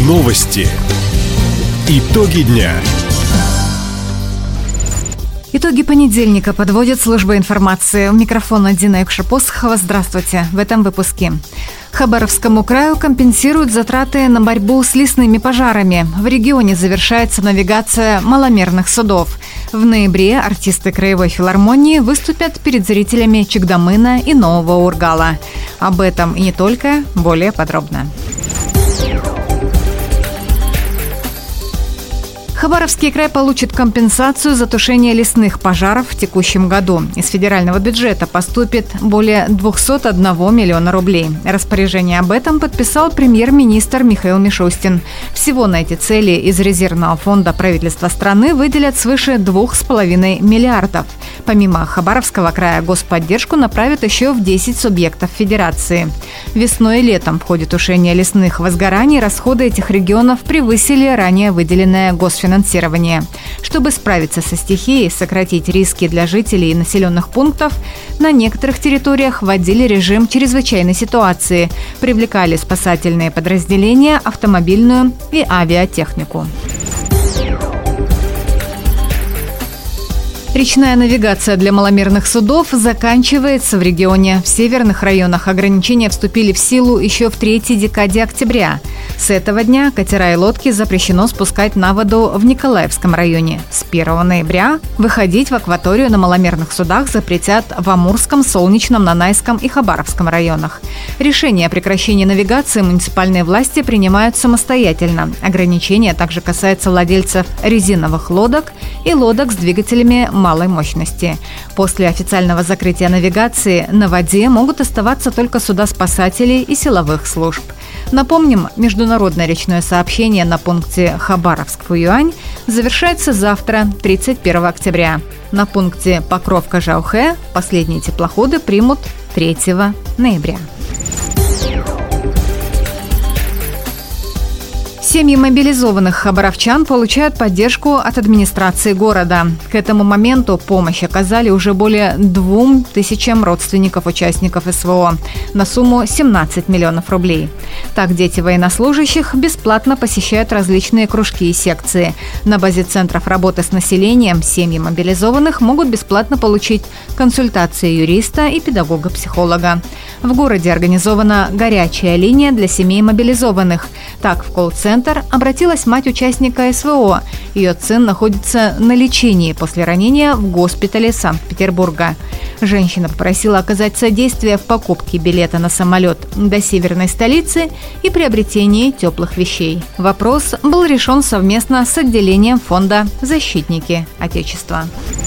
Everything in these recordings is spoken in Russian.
Новости. Итоги дня. Итоги понедельника подводит служба информации. У микрофона Дина Юкшепосхова. Здравствуйте. В этом выпуске. Хабаровскому краю компенсируют затраты на борьбу с лесными пожарами. В регионе завершается навигация маломерных судов. В ноябре артисты Краевой филармонии выступят перед зрителями Чагдамына и Нового Ургала. Об этом и не только, более подробно. Хабаровский край получит компенсацию за тушение лесных пожаров в текущем году. Из федерального бюджета поступит более 201 миллиона рублей. Распоряжение об этом подписал премьер-министр Михаил Мишустин. Всего на эти цели из резервного фонда правительства страны выделят свыше 2,5 миллиардов. Помимо Хабаровского края, господдержку направят еще в 10 субъектов федерации. Весной и летом в ходе тушения лесных возгораний расходы этих регионов превысили ранее выделенное госфинансирование. Чтобы справиться со стихией, сократить риски для жителей населенных пунктов, на некоторых территориях вводили режим чрезвычайной ситуации, привлекали спасательные подразделения, автомобильную и авиатехнику. Речная навигация для маломерных судов заканчивается в регионе. В северных районах ограничения вступили в силу еще в третьей декаде октября. С этого дня катера и лодки запрещено спускать на воду в Николаевском районе. С 1 ноября выходить в акваторию на маломерных судах запретят в Амурском, Солнечном, Нанайском и Хабаровском районах. Решения о прекращении навигации муниципальные власти принимают самостоятельно. Ограничения также касаются владельцев резиновых лодок и лодок с двигателями малой мощности. После официального закрытия навигации на воде могут оставаться только суда спасателей и силовых служб. Напомним, международное речное сообщение на пункте Хабаровск-Фуюань завершается завтра, 31 октября. На пункте Покровка-Жаухэ последние теплоходы примут 3 ноября. Семьи мобилизованных хабаровчан получают поддержку от администрации города. К этому моменту помощь оказали уже более 2000 родственников участников СВО на сумму 17 миллионов рублей. Так, дети военнослужащих бесплатно посещают различные кружки и секции. На базе центров работы с населением семьи мобилизованных могут бесплатно получить консультации юриста и педагога-психолога. В городе организована горячая линия для семей мобилизованных. Так, в колл-центр обратилась мать участника СВО. Ее сын находится на лечении после ранения в госпитале Санкт-Петербурга. Женщина попросила оказать содействие в покупке билета на самолет до северной столицы и приобретении теплых вещей. Вопрос был решен совместно с отделением фонда «Защитники Отечества».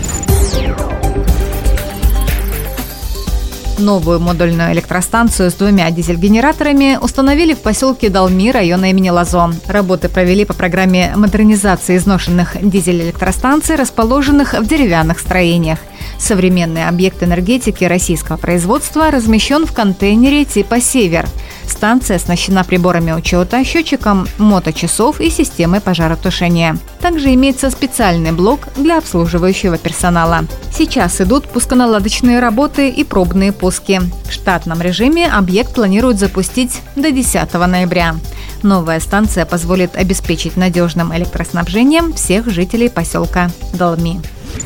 Новую модульную электростанцию с 2 дизель-генераторами установили в поселке Далми района имени Лазо. Работы провели по программе модернизации изношенных дизель-электростанций, расположенных в деревянных строениях. Современный объект энергетики российского производства размещен в контейнере типа «Север». Станция оснащена приборами учета, счетчиком моточасов и системой пожаротушения. Также имеется специальный блок для обслуживающего персонала. Сейчас идут пусконаладочные работы и пробные пуски. В штатном режиме объект планируют запустить до 10 ноября. Новая станция позволит обеспечить надежным электроснабжением всех жителей поселка Далми.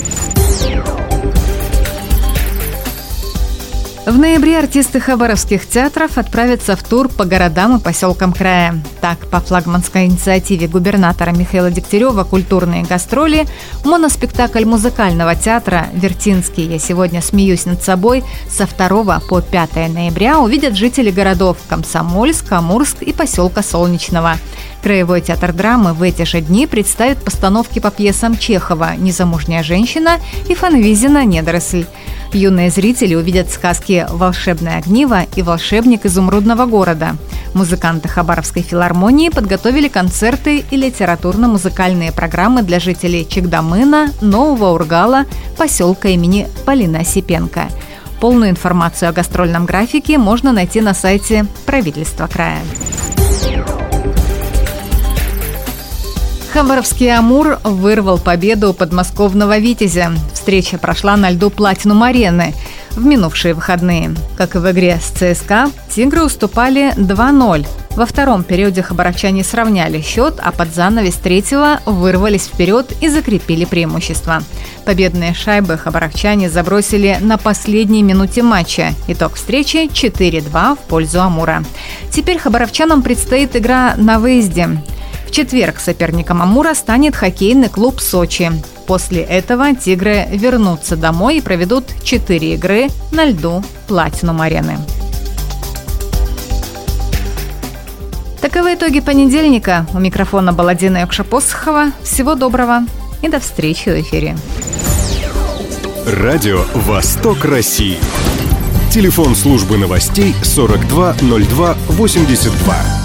В ноябре артисты хабаровских театров отправятся в тур по городам и поселкам края. Так, по флагманской инициативе губернатора Михаила Дегтярева «Культурные гастроли» моноспектакль музыкального театра «Вертинский. Я сегодня смеюсь над собой» со 2 по 5 ноября увидят жители городов Комсомольск, Амурск и поселка Солнечного. Краевой театр драмы в эти же дни представит постановки по пьесам Чехова «Незамужняя женщина» и Фанвизина «Недоросль». Юные зрители увидят сказки «Волшебное огниво» и «Волшебник изумрудного города». Музыканты Хабаровской филармонии подготовили концерты и литературно-музыкальные программы для жителей Чагдамына, Нового Ургала, поселка имени Полина Осипенко. Полную информацию о гастрольном графике можно найти на сайте правительства края. Хабаровский «Амур» вырвал победу у подмосковного «Витязя». Встреча прошла на льду «Платинум-арены» в минувшие выходные. Как и в игре с ЦСКА, «Тигры» уступали 2-0. Во втором периоде хабаровчане сравняли счет, а под занавес третьего вырвались вперед и закрепили преимущество. Победные шайбы хабаровчане забросили на последней минуте матча. Итог встречи 4-2 в пользу Амура. Теперь хабаровчанам предстоит игра на выезде. В четверг соперником Амура станет хоккейный клуб «Сочи». После этого «Тигры» вернутся домой и проведут 4 игры на льду Платинум-арены. Таковы итоги понедельника. У микрофона была Дина Якша-Посохова. Всего доброго и до встречи в эфире. Радио «Восток России». Телефон службы новостей 42 02 82.